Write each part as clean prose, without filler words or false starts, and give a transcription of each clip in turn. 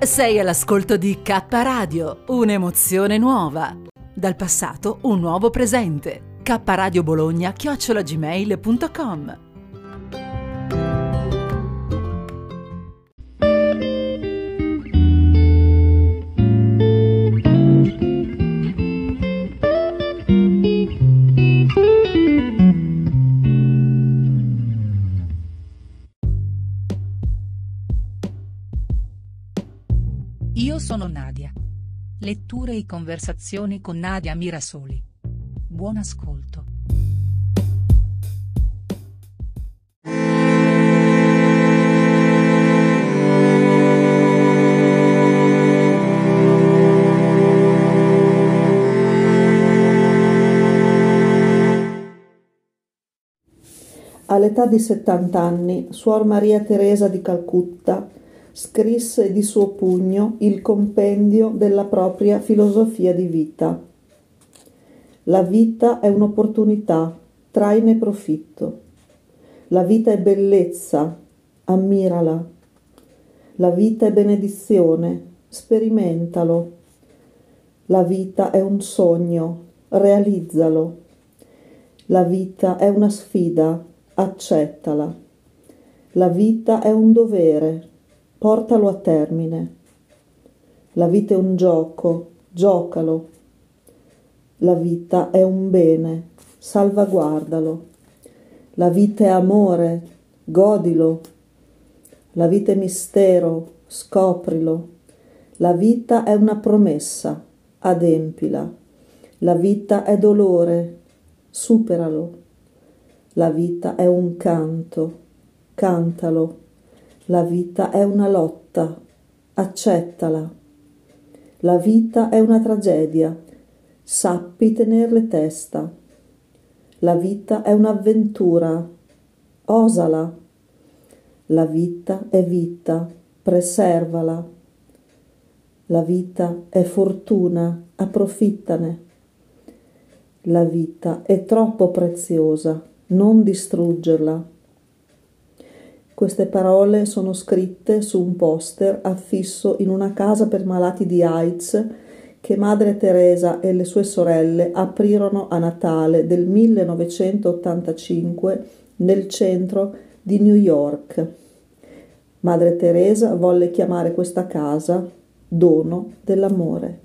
Sei all'ascolto di K Radio, un'emozione nuova. Dal passato un nuovo presente. kradiobologna@gmail.com. Io sono Nadia. Letture e conversazioni con Nadia Mirasoli. Buon ascolto. All'età di 70 anni, Suor Maria Teresa di Calcutta scrisse di suo pugno il compendio della propria filosofia di vita. La vita è un'opportunità, traine profitto. La vita è bellezza, ammirala. La vita è benedizione, sperimentalo. La vita è un sogno, realizzalo. La vita è una sfida, accettala. La vita è un dovere, portalo a termine. La vita è un gioco, giocalo. La vita è un bene, salvaguardalo. La vita è amore, godilo. La vita è mistero, scoprilo. La vita è una promessa, adempila. La vita è dolore, superalo. La vita è un canto, cantalo. La vita è una lotta, accettala. La vita è una tragedia, sappi tenerle testa. La vita è un'avventura, osala. La vita è vita, preservala. La vita è fortuna, approfittane. La vita è troppo preziosa, non distruggerla. Queste parole sono scritte su un poster affisso in una casa per malati di AIDS che Madre Teresa e le sue sorelle aprirono a Natale del 1985 nel centro di New York. Madre Teresa volle chiamare questa casa dono dell'amore.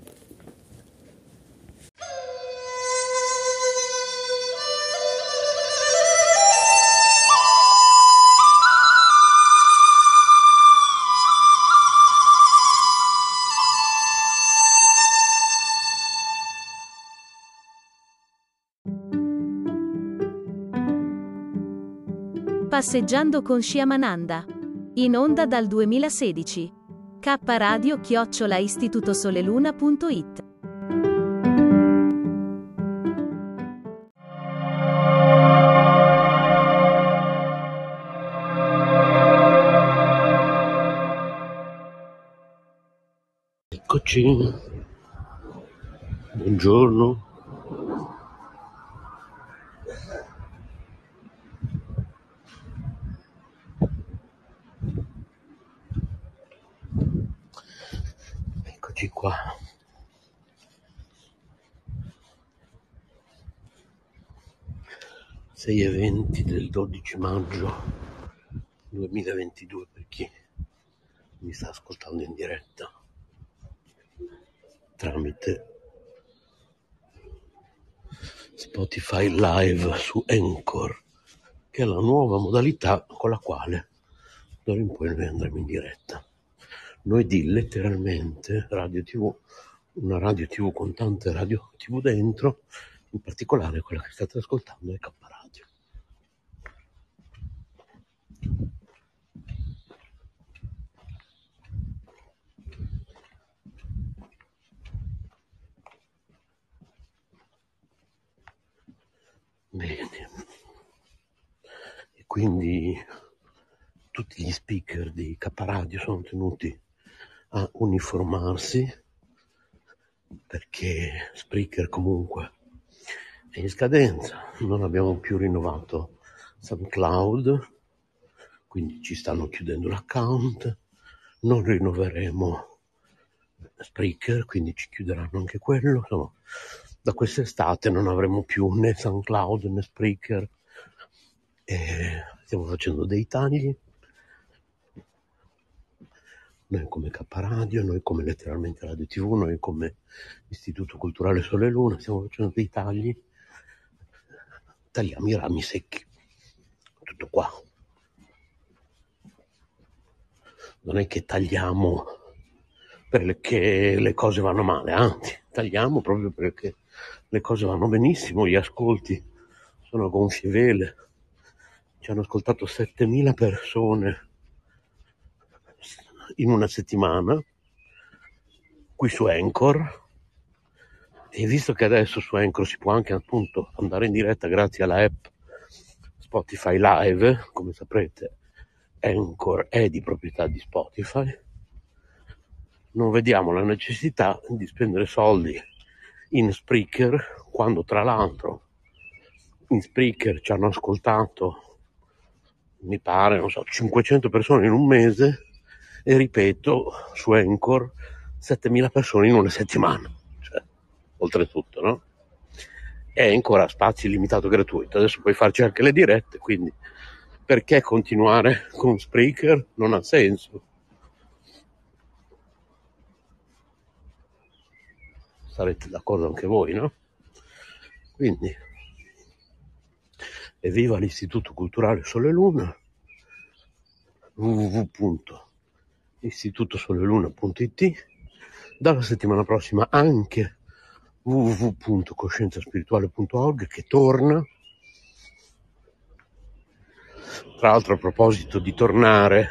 Passeggiando con Shyamananda. In onda dal 2016. K Radio @istitutosoleluna.it. Eccoci, buongiorno. Eccoci qua. Sei eventi del 12 maggio 2022 per chi mi sta ascoltando in diretta tramite Spotify Live su Anchor, che è la nuova modalità con la quale d'ora in poi noi andremo in diretta. Noi letteralmente radio TV, una radio TV con tante radio TV dentro, in particolare quella che state ascoltando è K Radio. Bene, e quindi tutti gli speaker di K Radio sono tenuti a uniformarsi, perché Spreaker comunque è in scadenza, non abbiamo più rinnovato SoundCloud, quindi ci stanno chiudendo l'account, non rinnoveremo Spreaker, quindi ci chiuderanno anche quello. Insomma, da quest'estate non avremo più né SoundCloud né Spreaker, e stiamo facendo dei tagli. Noi come K Radio, noi come letteralmente Radio TV, noi come Istituto Culturale Sole e Luna stiamo facendo dei tagli, tagliamo i rami secchi, tutto qua. Non è che tagliamo perché le cose vanno male, anzi, tagliamo proprio perché le cose vanno benissimo, gli ascolti sono a gonfie vele, ci hanno ascoltato 7.000 persone in una settimana qui su Anchor, e visto che adesso su Anchor si può anche appunto andare in diretta grazie alla app Spotify Live, come saprete Anchor è di proprietà di Spotify, non vediamo la necessità di spendere soldi in Spreaker, quando tra l'altro in Spreaker ci hanno ascoltato, mi pare, non so, 500 persone in un mese, e ripeto, su Anchor 7.000 persone in una settimana, cioè, oltretutto, no? È ancora spazio illimitato gratuito, adesso puoi farci anche le dirette, quindi perché continuare con Spreaker? Non ha senso. Sarete d'accordo anche voi, no? Quindi evviva l'Istituto Culturale Sole e Luna, www.istitutosoleluna.it, dalla settimana prossima anche www.coscienzaspirituale.org, che torna. Tra l'altro, a proposito di tornare,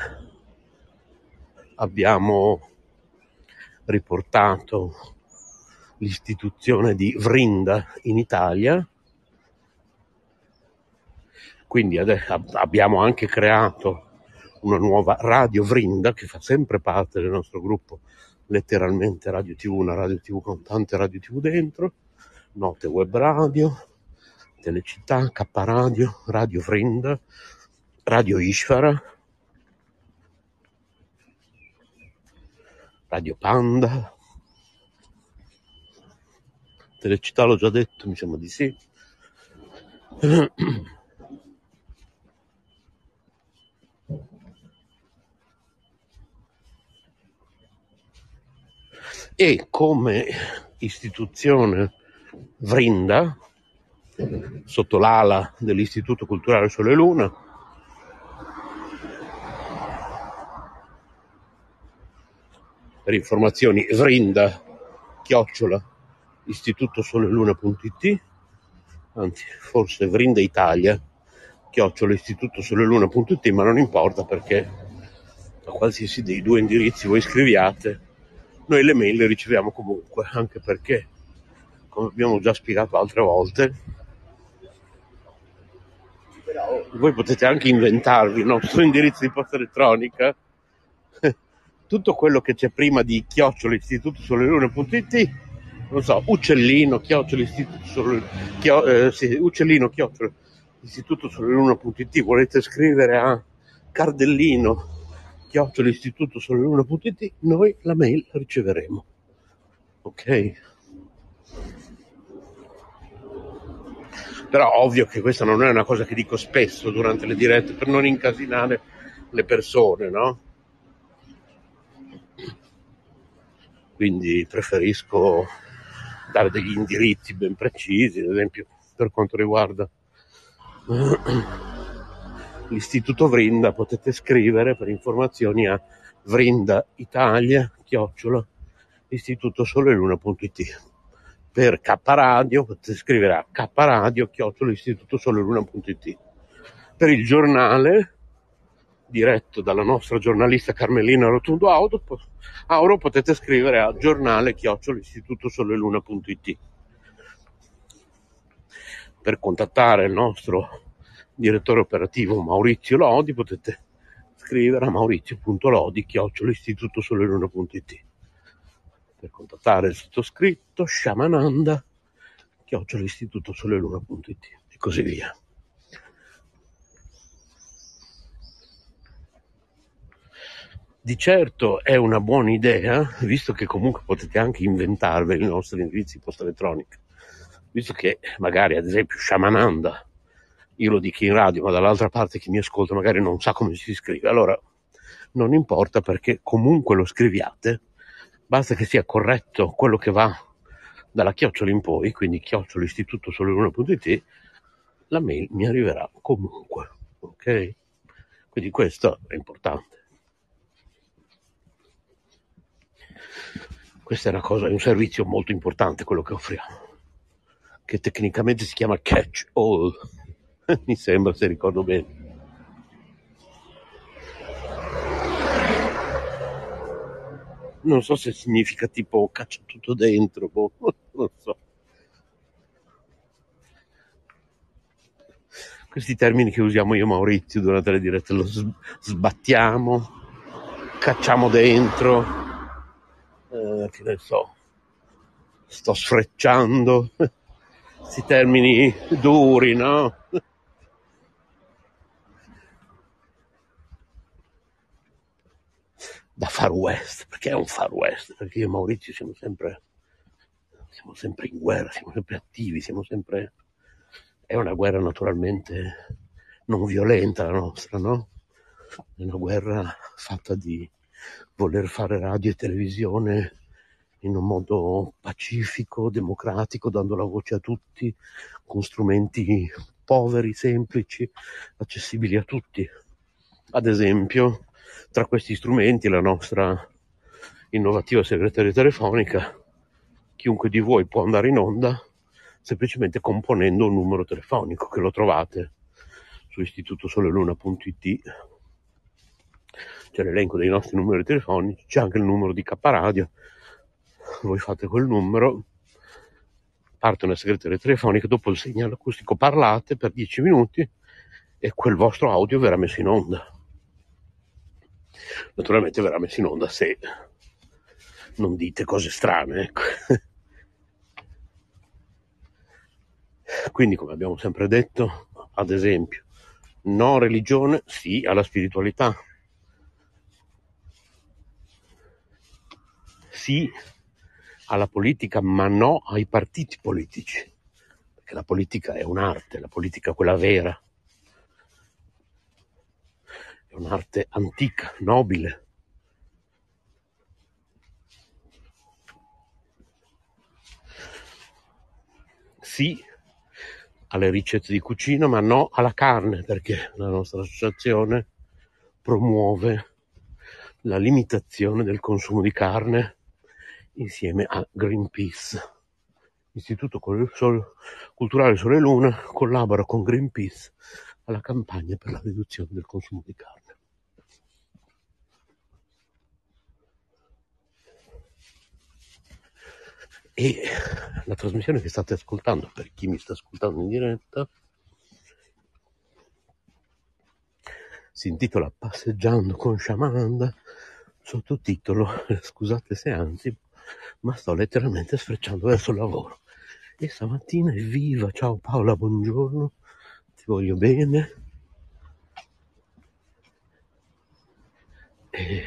abbiamo riportato l'istituzione di Vrinda in Italia, quindi abbiamo anche creato una nuova Radio Vrinda che fa sempre parte del nostro gruppo letteralmente Radio TV, una Radio TV con tante Radio TV dentro, Note Web Radio, Telecittà, K Radio, Radio Vrinda, Radio Ishvara, Radio Panda, Telecittà l'ho già detto, mi sembra di sì. E come istituzione Vrinda, sotto l'ala dell'Istituto Culturale Sole e Luna, per informazioni Vrinda @istitutosoleluna.it, anzi forse Vrinda Italia @istitutosoleluna.it, ma non importa, perché a qualsiasi dei due indirizzi voi scriviate, noi le mail le riceviamo comunque, anche perché, come abbiamo già spiegato altre volte, voi potete anche inventarvi il nostro indirizzo di posta elettronica, tutto quello che c'è prima di @istitutosoleluna.it, non so, uccellino @istitutosoleluna.it, volete scrivere a cardellino @istitutosoleluna.it, noi la mail la riceveremo, ok? Però ovvio che questa non è una cosa che dico spesso durante le dirette, per non incasinare le persone, no? Quindi preferisco dare degli indirizzi ben precisi, ad esempio per quanto riguarda l'Istituto Vrinda potete scrivere per informazioni a vrindaitalia@istitutosoleluna.it. Per K Radio potete scrivere a kradio@istitutosoleluna.it. Per il giornale, diretto dalla nostra giornalista Carmelina Rotundo Auro, potete scrivere a giornale@istitutosoleluna.it. Per contattare il nostro direttore operativo Maurizio Lodi potete scrivere a maurizio.lodi@istitutosoleluna.it. Per contattare il sottoscritto Shamananda @istitutosoleluna.it, e così via. Di certo è una buona idea, visto che comunque potete anche inventarveli i nostri indirizzi posta elettronica, visto che magari ad esempio Shamananda, io lo dico in radio, ma dall'altra parte chi mi ascolta magari non sa come si scrive, allora non importa perché comunque lo scriviate, basta che sia corretto quello che va dalla chiocciola in poi, quindi chiocciolaistitutosoleluna.it, la mail mi arriverà comunque, ok? Quindi questo è importante. Questa è una cosa, è un servizio molto importante quello che offriamo, che tecnicamente si chiama catch all, mi sembra, se ricordo bene. Non so se significa tipo caccia tutto dentro, non so. Questi termini che usiamo io e Maurizio durante le dirette, lo sbattiamo, cacciamo dentro, che ne so, sto sfrecciando, questi termini duri, no? Da Far West, perché è un Far West? Perché io e Maurizio siamo sempre in guerra, siamo sempre attivi, è una guerra naturalmente non violenta la nostra, no? È una guerra fatta di voler fare radio e televisione in un modo pacifico, democratico, dando la voce a tutti, con strumenti poveri, semplici, accessibili a tutti. Ad esempio, tra questi strumenti la nostra innovativa segreteria telefonica, chiunque di voi può andare in onda semplicemente componendo un numero telefonico che lo trovate su istitutosoleluna.it. C'è l'elenco dei nostri numeri telefonici, c'è anche il numero di K Radio. Voi fate quel numero, parte una segreteria telefonica, dopo il segnale acustico parlate per 10 minuti e quel vostro audio verrà messo in onda. Naturalmente verrà messo in onda se non dite cose strane, ecco. Quindi, come abbiamo sempre detto, ad esempio, no religione, sì alla spiritualità, sì alla politica, ma no ai partiti politici, perché la politica è un'arte, la politica quella vera, è un'arte antica, nobile. Sì alle ricette di cucina, ma no alla carne, perché la nostra associazione promuove la limitazione del consumo di carne insieme a Greenpeace. L'Istituto Culturale Sole e Luna collabora con Greenpeace alla campagna per la riduzione del consumo di carne. E la trasmissione che state ascoltando, per chi mi sta ascoltando in diretta, si intitola Passeggiando con Shamananda, sottotitolo, scusate se anzi, ma sto letteralmente sfrecciando verso il lavoro. E stamattina è viva, ciao Paola, buongiorno, ti voglio bene. E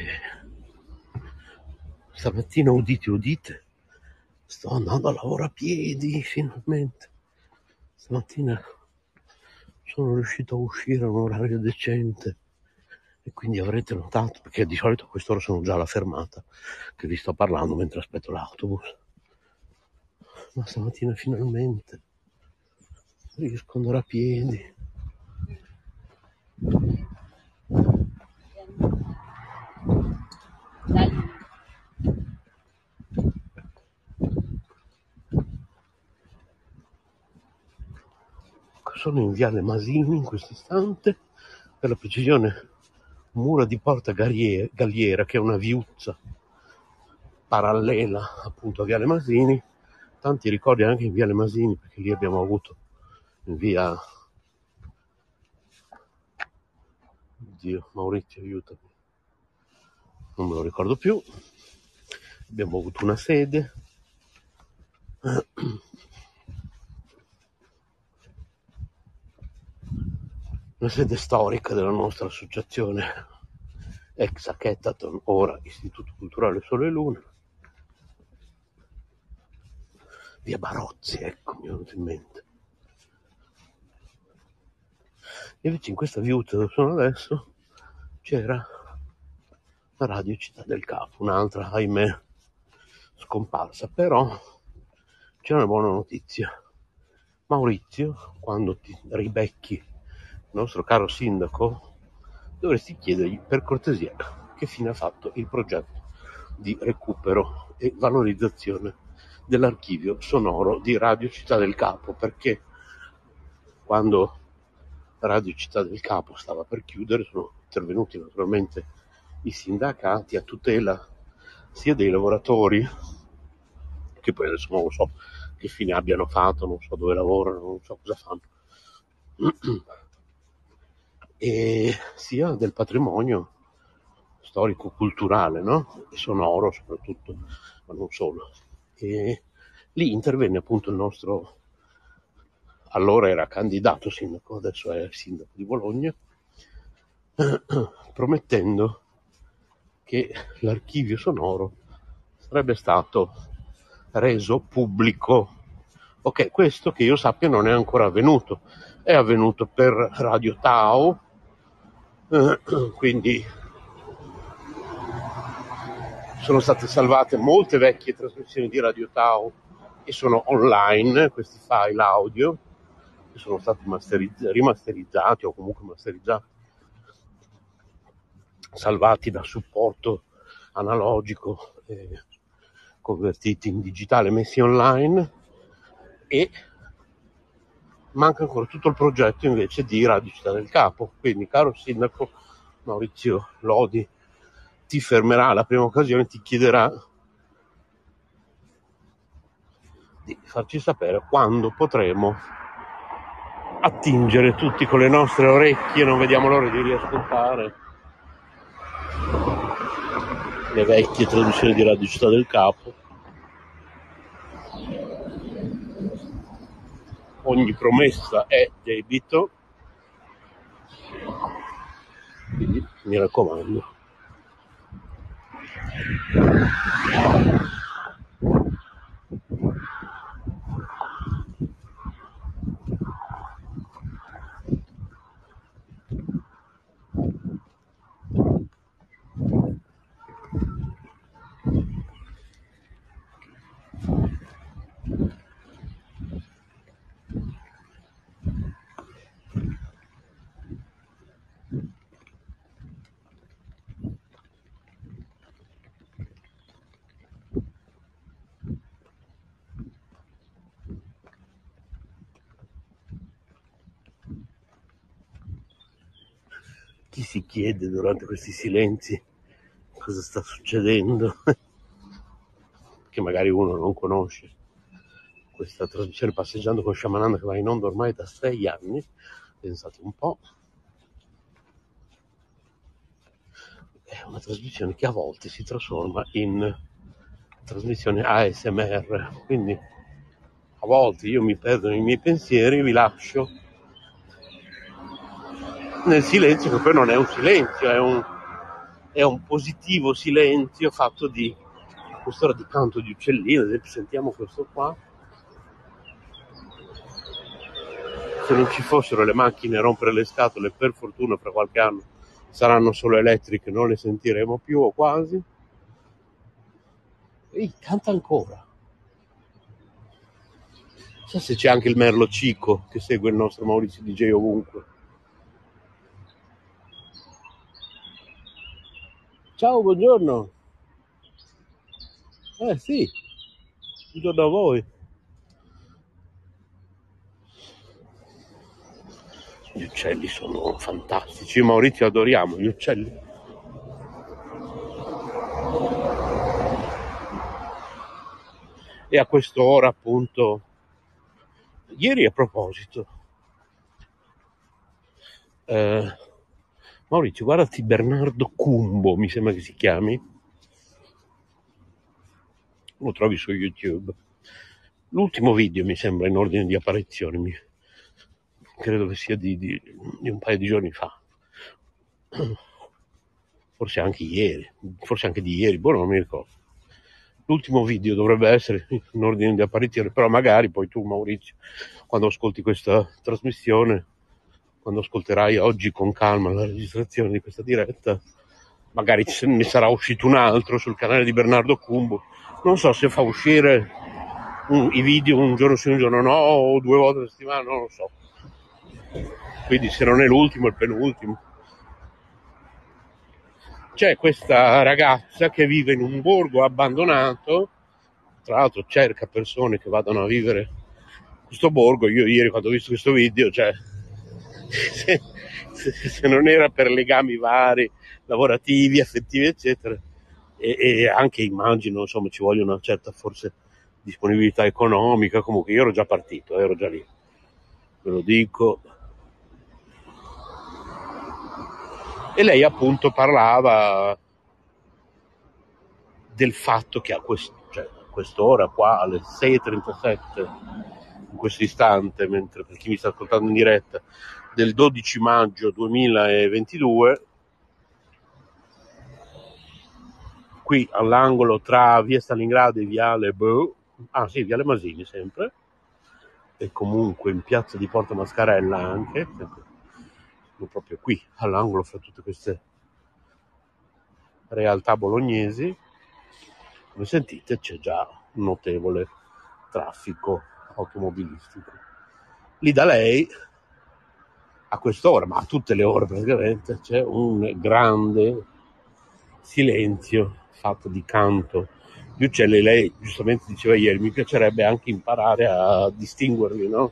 stamattina udite, sto andando a lavoro a piedi finalmente. Stamattina sono riuscito a uscire a un orario decente e quindi avrete notato, perché di solito a quest'ora sono già alla fermata, che vi sto parlando mentre aspetto l'autobus. Ma stamattina finalmente riesco ad andare a piedi. Sono in Viale Masini in questo istante, per la precisione Mura di Porta Galliera, che è una viuzza parallela appunto a Viale Masini. Tanti ricordi anche in Viale Masini, perché lì abbiamo avuto in via... Oddio, Maurizio, aiutami. Non me lo ricordo più. Abbiamo avuto una sede. Una sede storica della nostra associazione ex Hackathon, ora Istituto Culturale Sole e Luna, via Barozzi, ecco, mi è venuto in mente. E invece in questa viuzza dove sono adesso c'era la Radio Città del Capo, un'altra, ahimè, scomparsa. Però c'è una buona notizia. Maurizio, quando ti ribecchi il nostro caro sindaco, dovresti chiedergli per cortesia che fine ha fatto il progetto di recupero e valorizzazione dell'archivio sonoro di Radio Città del Capo, perché quando Radio Città del Capo stava per chiudere sono intervenuti naturalmente i sindacati a tutela sia dei lavoratori, che poi adesso non lo so che fine abbiano fatto, non so dove lavorano, non so cosa fanno, e sia del patrimonio storico-culturale, no? E sonoro soprattutto, ma non solo. E lì intervenne appunto il nostro, allora era candidato sindaco, adesso è sindaco di Bologna, promettendo che l'archivio sonoro sarebbe stato reso pubblico. Ok, questo che io sappia non è ancora avvenuto, è avvenuto per Radio Tao, quindi sono state salvate molte vecchie trasmissioni di Radio Tao e sono online questi file audio che sono stati rimasterizzati o comunque masterizzati, salvati da supporto analogico, convertiti in digitale, messi online, e manca ancora tutto il progetto invece di Radio Città del Capo. Quindi, caro sindaco Maurizio Lodi, ti fermerà alla prima occasione, ti chiederà di farci sapere quando potremo attingere tutti con le nostre orecchie, non vediamo l'ora di riascoltare le vecchie traduzioni di Radio Città del Capo. Ogni promessa è debito, quindi mi raccomando. Chi si chiede durante questi silenzi cosa sta succedendo? Che magari uno non conosce questa trasmissione Passeggiando con Sciamananda, che va in onda ormai da 6 anni, pensate un po'. È una trasmissione che a volte si trasforma in trasmissione ASMR, quindi a volte io mi perdo nei miei pensieri, vi lascio nel silenzio, che poi non è un silenzio, è un positivo silenzio fatto di quest'ora di canto di uccellini. Ad esempio sentiamo questo qua. Se non ci fossero le macchine a rompere le scatole, per fortuna fra qualche anno saranno solo elettriche, non le sentiremo più o quasi. E canta ancora. Non so se c'è anche il merlo Cico che segue il nostro Maurizio DJ ovunque. Ciao, buongiorno. Sì, buongiorno a voi. Gli uccelli sono fantastici, io e Maurizio adoriamo gli uccelli. E a quest'ora appunto, ieri a proposito, Maurizio, guardati Bernardo Cumbo, mi sembra che si chiami, lo trovi su YouTube. L'ultimo video mi sembra in ordine di apparizioni, credo che sia di un paio di giorni fa. forse anche ieri, forse anche di ieri, non mi ricordo. L'ultimo video dovrebbe essere in ordine di apparizione, però magari poi tu, Maurizio, quando ascolti questa trasmissione, quando ascolterai oggi con calma la registrazione di questa diretta, magari ne sarà uscito un altro sul canale di Bernardo Cumbo. Non so se fa uscire i video un giorno sì un giorno no, o 2 volte a settimana, non lo so. Quindi se non è l'ultimo è il penultimo. C'è questa ragazza che vive in un borgo abbandonato, tra l'altro cerca persone che vadano a vivere in questo borgo. Io ieri quando ho visto questo video, cioè se non era per legami vari, lavorativi, affettivi eccetera, e anche immagino insomma ci voglia una certa forse disponibilità economica. Comunque io ero già partito, ero già lì, ve lo dico. E lei appunto parlava del fatto che a quest'ora qua, alle 6:37, in questo istante, mentre per chi mi sta ascoltando in diretta, del 12 maggio 2022, qui all'angolo tra via Stalingrado e viale viale Masini sempre, e comunque in piazza di Porta Mascarella anche, proprio qui all'angolo fra tutte queste realtà bolognesi, come sentite c'è già un notevole traffico automobilistico. Lì da lei a quest'ora, ma a tutte le ore praticamente, c'è un grande silenzio fatto di canto di uccelli. Lei giustamente diceva ieri, mi piacerebbe anche imparare a distinguerli, no?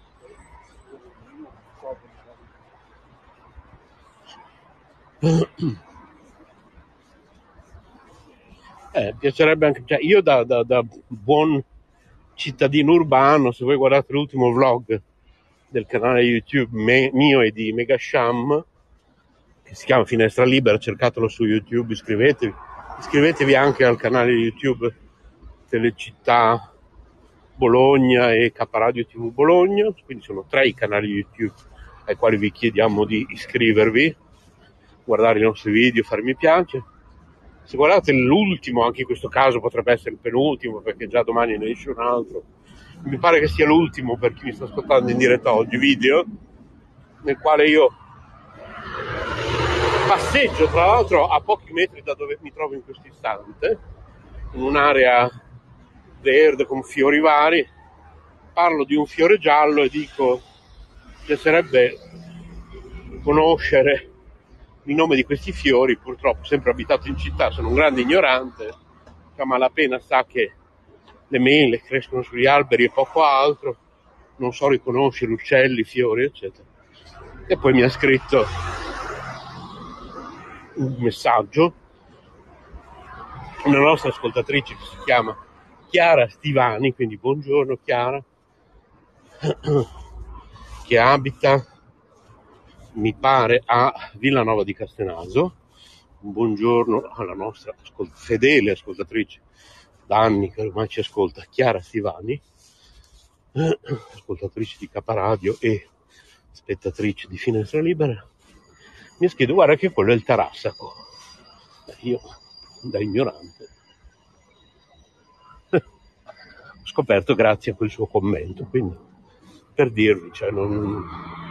Piacerebbe anche, cioè io da buon cittadino urbano, se voi guardate l'ultimo vlog del canale YouTube mio e di Megasham, che si chiama Finestra Libera, cercatelo su YouTube, iscrivetevi anche al canale YouTube Telecittà Bologna e K-Radio TV Bologna, quindi sono 3 i canali YouTube ai quali vi chiediamo di iscrivervi, guardare i nostri video, fare mi piace. Se guardate l'ultimo, anche in questo caso potrebbe essere il penultimo, perché già domani ne esce un altro, mi pare che sia l'ultimo per chi mi sta ascoltando in diretta oggi, video nel quale io passeggio, tra l'altro a pochi metri da dove mi trovo in questo istante, in un'area verde con fiori vari, parlo di un fiore giallo e dico piacerebbe conoscere il nome di questi fiori. Purtroppo, sempre abitato in città, sono un grande ignorante, che a malapena sa che le mele crescono sugli alberi e poco altro, non so riconoscere uccelli, fiori eccetera. E poi mi ha scritto un messaggio una nostra ascoltatrice che si chiama Chiara Stivani, quindi buongiorno Chiara, che abita, mi pare, a Villanova di Castenaso. Un buongiorno alla nostra fedele ascoltatrice da anni che ormai ci ascolta, Chiara Stivani, ascoltatrice di K-Radio e spettatrice di Finestra Libera. Mi ha scritto guarda che quello è il Tarassaco. Io da ignorante ho scoperto grazie a quel suo commento, quindi per dirvi, cioè non...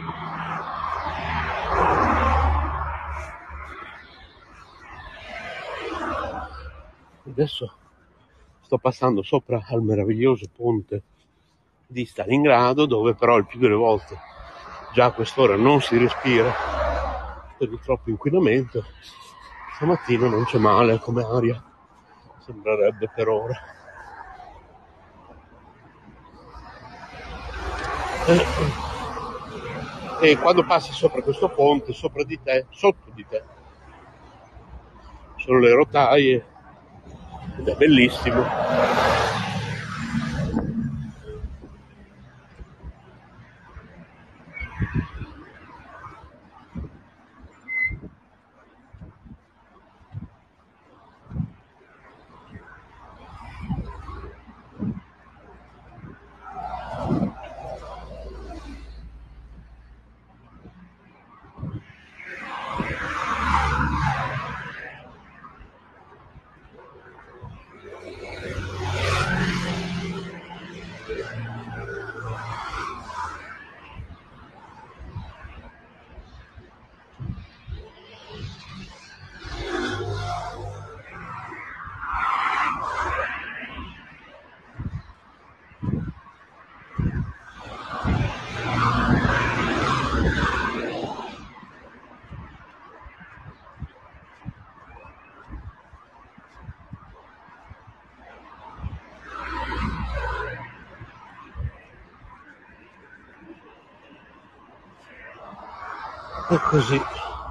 Adesso sto passando sopra al meraviglioso ponte di Stalingrado, dove però il più delle volte già a quest'ora non si respira per il troppo inquinamento. Stamattina non c'è male come aria, sembrerebbe per ora. E quando passi sopra questo ponte, sopra di te, sotto di te, sono le rotaie ed è bellissimo. E così.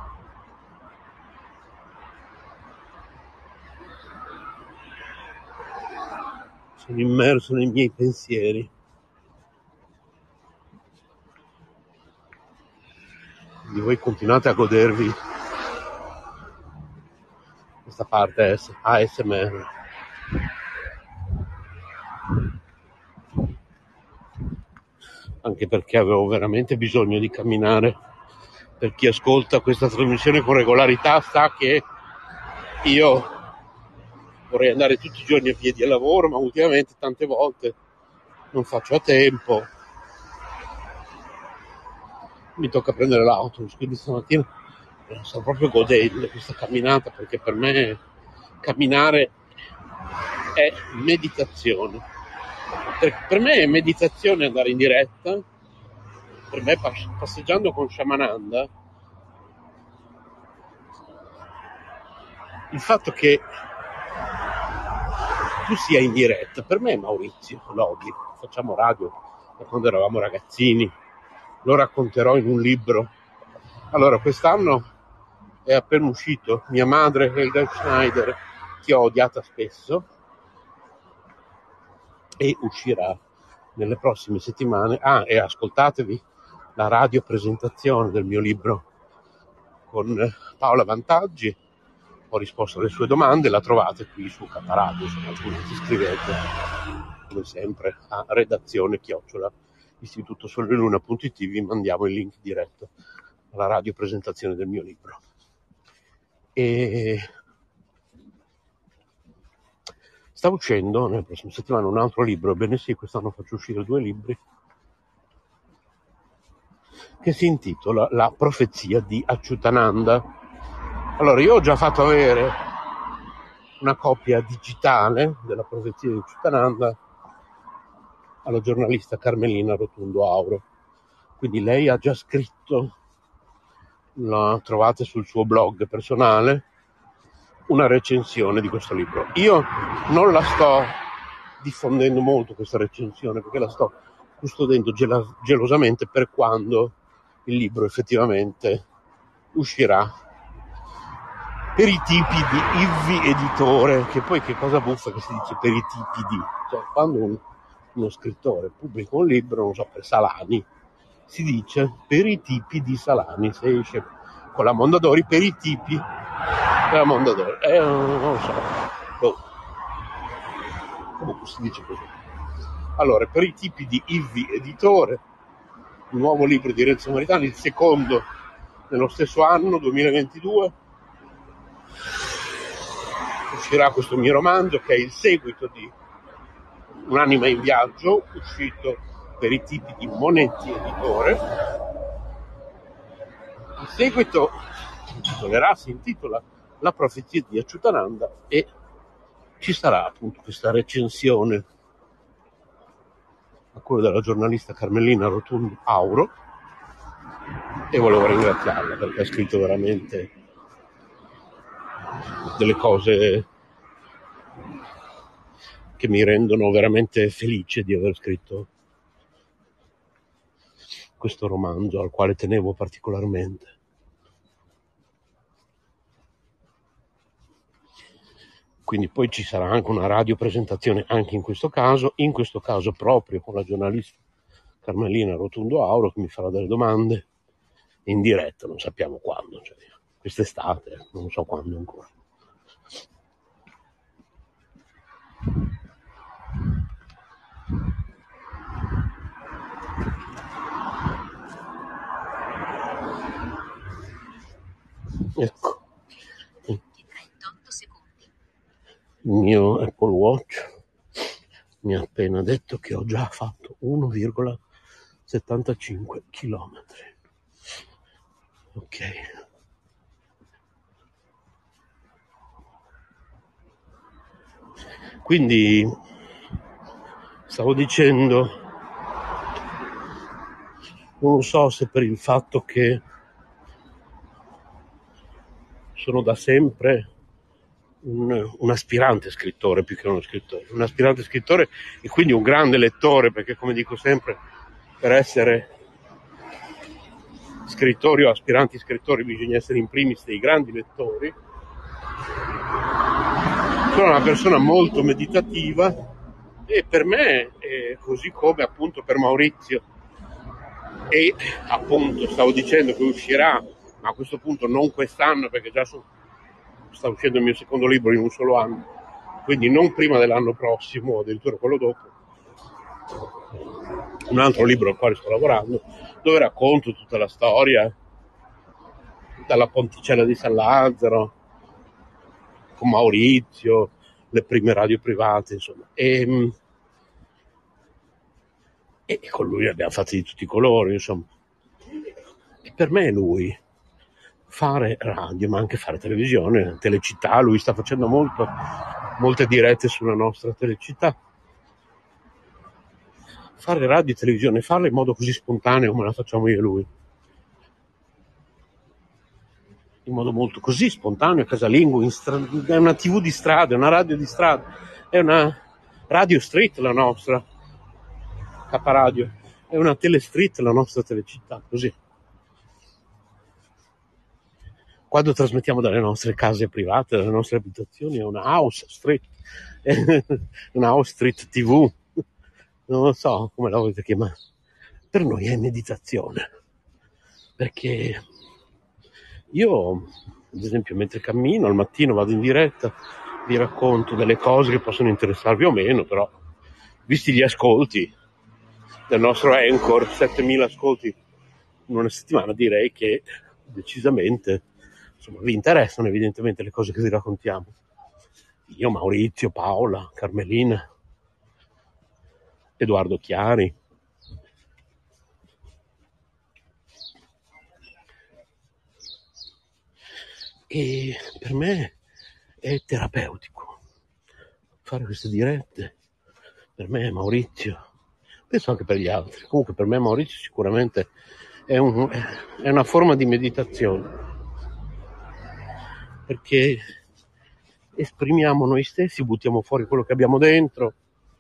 Sono immerso nei miei pensieri. Quindi voi continuate a godervi questa parte ASMR. Anche perché avevo veramente bisogno di camminare. Per chi ascolta questa trasmissione con regolarità sa che io vorrei andare tutti i giorni a piedi al lavoro, ma ultimamente tante volte non faccio a tempo, mi tocca prendere l'autobus, quindi stamattina sto proprio godendo questa camminata, perché per me camminare è meditazione. Per me è meditazione andare in diretta. Per me passeggiando con Shyamananda, il fatto che tu sia in diretta, per me è Maurizio Lodi, facciamo radio da quando eravamo ragazzini, lo racconterò in un libro. Allora, quest'anno è appena uscito Mia madre, Helga Schneider, che ho odiata spesso, e uscirà nelle prossime settimane. E ascoltatevi la radio presentazione del mio libro con Paola Vantaggi. Ho risposto alle sue domande, la trovate qui su K-Radio, altrimenti scrivete come sempre a redazione@istitutosoleluna.it, vi mandiamo il link diretto alla radio presentazione del mio libro. E sta uscendo nella prossima settimana un altro libro, ebbene sì, quest'anno faccio uscire 2 libri, che si intitola La profezia di Achyutananda. Allora, io ho già fatto avere una copia digitale della profezia di Achyutananda alla giornalista Carmelina Rotundo Auro, quindi lei ha già scritto, la trovate sul suo blog personale, una recensione di questo libro. Io non la sto diffondendo molto questa recensione, perché la sto custodendo gelosamente per quando il libro effettivamente uscirà, per i tipi di Ivvi editore, che poi che cosa buffa che si dice per i tipi di, cioè quando uno scrittore pubblica un libro, non so, per Salani, si dice per i tipi di Salani, se esce con la Mondadori per i tipi della Mondadori, non lo so, comunque si dice così. Allora, per i tipi di Ivvi editore, un nuovo libro di Renzo Maritani, il secondo nello stesso anno 2022, uscirà questo mio romanzo, che è il seguito di Un'anima in viaggio, uscito per i tipi di Monetti editore. Il seguito si intitola La profezia di Achyutananda, e ci sarà appunto questa recensione a cura della giornalista Carmelina Rotundo Auro, e volevo ringraziarla perché ha scritto veramente delle cose che mi rendono veramente felice di aver scritto questo romanzo al quale tenevo particolarmente. Quindi poi ci sarà anche una radiopresentazione anche in questo caso proprio con la giornalista Carmelina Rotundo Auro, che mi farà delle domande in diretta, non sappiamo quando, cioè quest'estate, non so quando ancora. Ecco, il mio Apple Watch mi ha appena detto che ho già fatto 1,75 chilometri. Ok. Quindi stavo dicendo, non so se per il fatto che sono da sempre un aspirante scrittore, più che uno scrittore, un aspirante scrittore e quindi un grande lettore, perché come dico sempre, per essere scrittori o aspiranti scrittori bisogna essere in primis dei grandi lettori. Sono una persona molto meditativa e per me, così come appunto per Maurizio, e appunto stavo dicendo che uscirà, ma a questo punto non quest'anno perché già sta uscendo il mio secondo libro in un solo anno, quindi non prima dell'anno prossimo o addirittura quello dopo, un altro libro al quale sto lavorando, dove racconto tutta la storia dalla Ponticella di San Lazzaro con Maurizio, le prime radio private, insomma, e con lui abbiamo fatto di tutti i colori, insomma. E per me lui fare radio, ma anche fare televisione, Telecittà, lui sta facendo molte dirette sulla nostra Telecittà. Fare radio e televisione, farla in modo così spontaneo come la facciamo io e lui, in modo molto così spontaneo, casalingo, è una TV di strada, è una radio di strada, è una radio street la nostra K Radio, è una telestreet la nostra Telecittà, così. Quando trasmettiamo dalle nostre case private, dalle nostre abitazioni, è una house street, una house street TV, non lo so come la volete chiamare. Per noi è meditazione, perché io, ad esempio, mentre cammino al mattino vado in diretta, vi racconto delle cose che possono interessarvi o meno, però visti gli ascolti del nostro Anchor, 7.000 ascolti in una settimana, direi che decisamente, insomma, vi interessano evidentemente le cose che vi raccontiamo. Io, Maurizio, Paola, Carmelina, Edoardo Chiari. E per me è terapeutico fare queste dirette. Per me Maurizio, penso anche per gli altri, comunque per me Maurizio sicuramente è una forma di meditazione, perché esprimiamo noi stessi, buttiamo fuori quello che abbiamo dentro,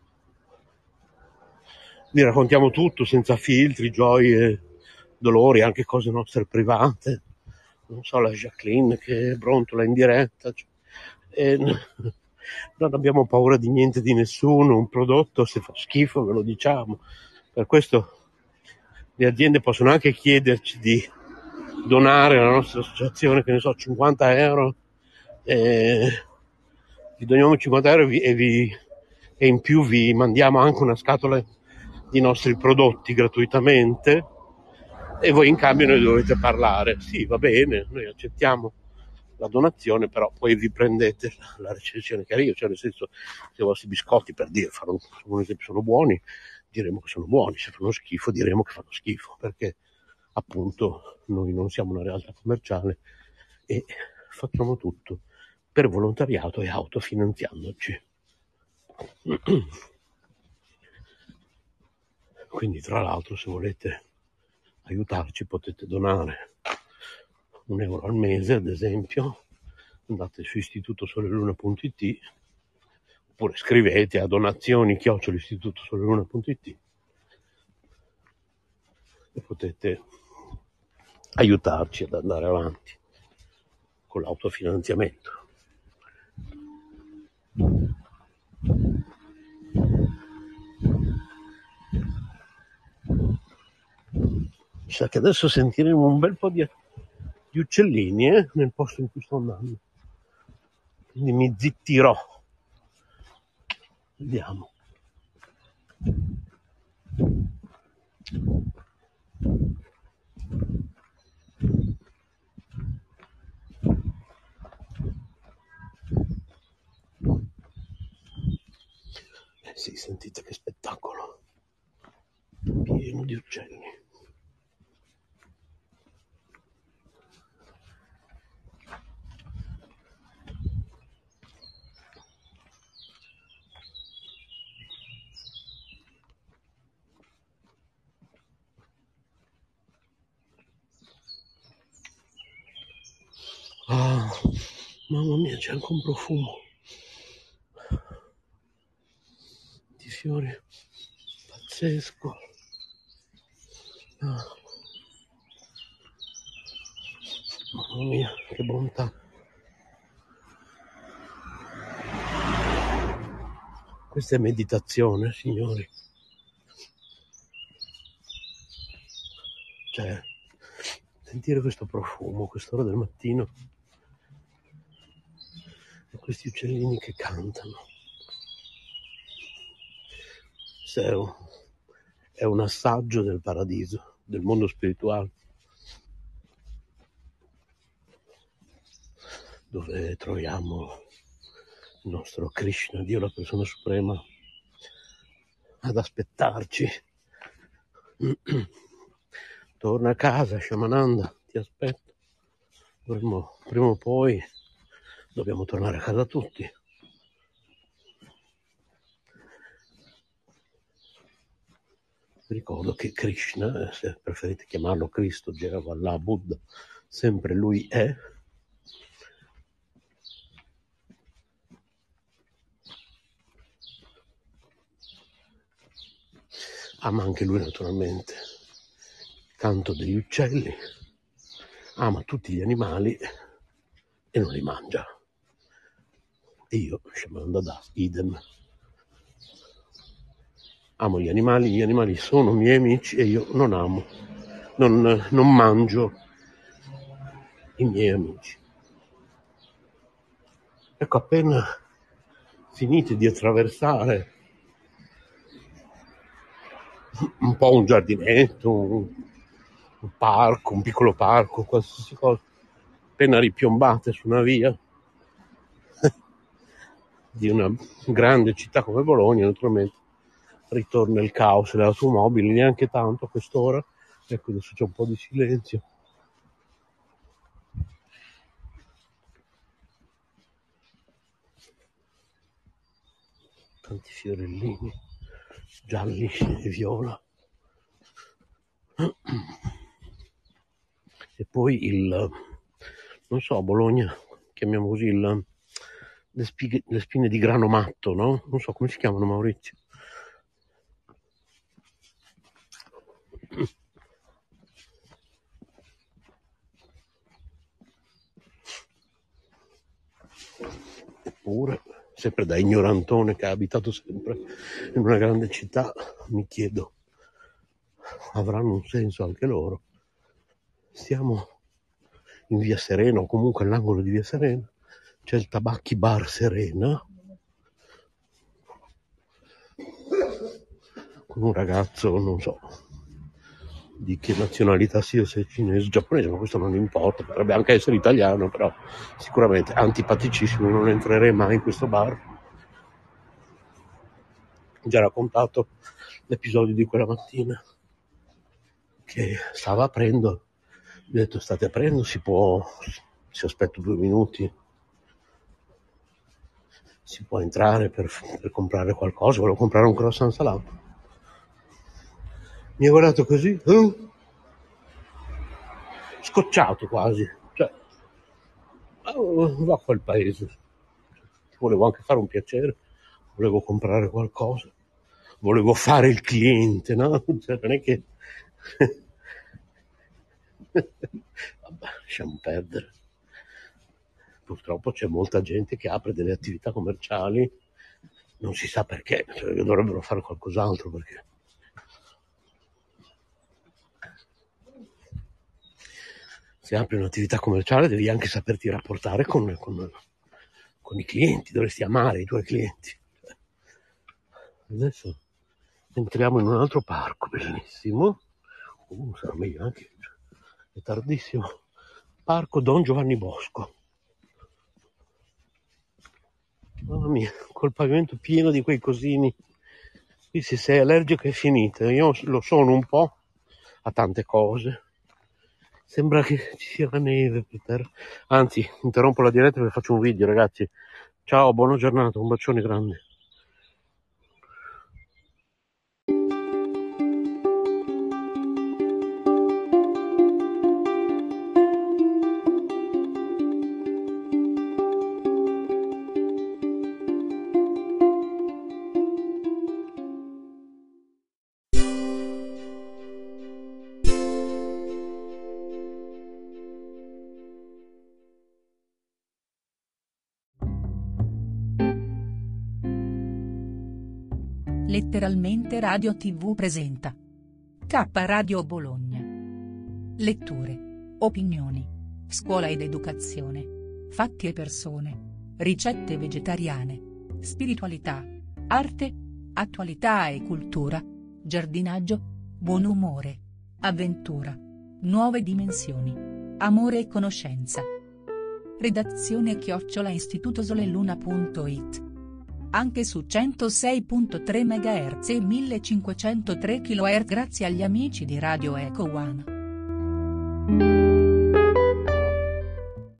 vi raccontiamo tutto senza filtri, gioie, dolori, anche cose nostre private. Non so, la Jacqueline che brontola in diretta, non abbiamo paura di niente, di nessuno. Un prodotto, se fa schifo, ve lo diciamo. Per questo le aziende possono anche chiederci di donare alla nostra associazione, che ne so, 50 euro. Vi doniamo 50 euro e in più vi mandiamo anche una scatola di nostri prodotti gratuitamente, e voi in cambio noi dovete parlare. Sì, va bene, noi accettiamo la donazione, però poi vi prendete la recensione che io, cioè nel senso, se i vostri biscotti, per dire, sono buoni, diremo che sono buoni, se fanno schifo diremo che fanno schifo, perché appunto noi non siamo una realtà commerciale e facciamo tutto per volontariato e autofinanziandoci. Quindi, tra l'altro, se volete aiutarci potete donare €1 al mese, ad esempio. Andate su istitutosoleluna.it oppure scrivete a donazioni@istitutosoleluna.it e potete aiutarci ad andare avanti con l'autofinanziamento. Mi sa che adesso sentiremo un bel po' di uccellini nel posto in cui sto andando, quindi mi zittirò. Vediamo. Sì, sentite che spettacolo, pieno di uccelli. Ah, mamma mia, c'è anche un profumo di fiori pazzesco. Mamma mia, che bontà. Questa è meditazione, signori. Cioè, sentire questo profumo, quest'ora del mattino, e questi uccellini che cantano. È un assaggio del paradiso, del mondo spirituale, dove troviamo il nostro Krishna, Dio la persona suprema, ad aspettarci. Torna a casa, Shamananda, ti aspetto. Prima o poi dobbiamo tornare a casa tutti. Vi ricordo che Krishna, se preferite chiamarlo Cristo, Jeva, Buddha, sempre lui è. Ama anche lui naturalmente il canto degli uccelli, ama tutti gli animali e non li mangia. E io, Shamananda Das, idem. Amo gli animali sono miei amici e io non amo, non mangio i miei amici. Ecco, appena finite di attraversare un po' un giardinetto, un parco, un piccolo parco, qualsiasi cosa, appena ripiombate su una via di una grande città come Bologna, naturalmente ritorna il caos delle automobili, neanche tanto a quest'ora. Ecco, adesso c'è un po' di silenzio. Tanti fiorellini gialli e viola. E poi non so, a Bologna chiamiamo così le spine di grano matto, no? Non so come si chiamano, Maurizio. Eppure, sempre da ignorantone che ha abitato sempre in una grande città, mi chiedo, avranno un senso anche loro? Siamo in via Serena, o comunque all'angolo di via Serena, c'è il Tabacchi Bar Serena, con un ragazzo, non so di che nazionalità sia, se è cinese, giapponese, ma questo non importa, potrebbe anche essere italiano, però sicuramente antipaticissimo, non entrerei mai in questo bar. Ho già raccontato l'episodio di quella mattina che stava aprendo, mi ha detto state aprendo, si aspetto 2 minuti, si può entrare per comprare qualcosa, volevo comprare un croissant salato. Mi ha guardato così, scocciato quasi, cioè, va a quel paese, ti volevo anche fare un piacere, volevo comprare qualcosa, volevo fare il cliente, no? Cioè, non è che vabbè, lasciamo perdere. Purtroppo c'è molta gente che apre delle attività commerciali, non si sa perché, cioè, dovrebbero fare qualcos'altro, perché se apri un'attività commerciale devi anche saperti rapportare con i clienti, dovresti amare i tuoi clienti. Adesso entriamo in un altro parco bellissimo, sarà meglio anche, è tardissimo, Parco Don Giovanni Bosco. Mamma mia, col pavimento pieno di quei cosini. Qui se sei allergico è finita, io lo sono un po' a tante cose. Sembra che ci sia la neve per terra. Anzi, interrompo la diretta perché faccio un video, ragazzi. Ciao, buona giornata, un bacione grande. Letteralmente Radio TV presenta K Radio Bologna. Letture, opinioni, scuola ed educazione, fatti e persone, ricette vegetariane, spiritualità, arte, attualità e cultura, giardinaggio, buon umore, avventura, nuove dimensioni, amore e conoscenza. Redazione @istitutosoleluna.it. Anche su 106.3 MHz e 1503 kHz grazie agli amici di Radio Eco One.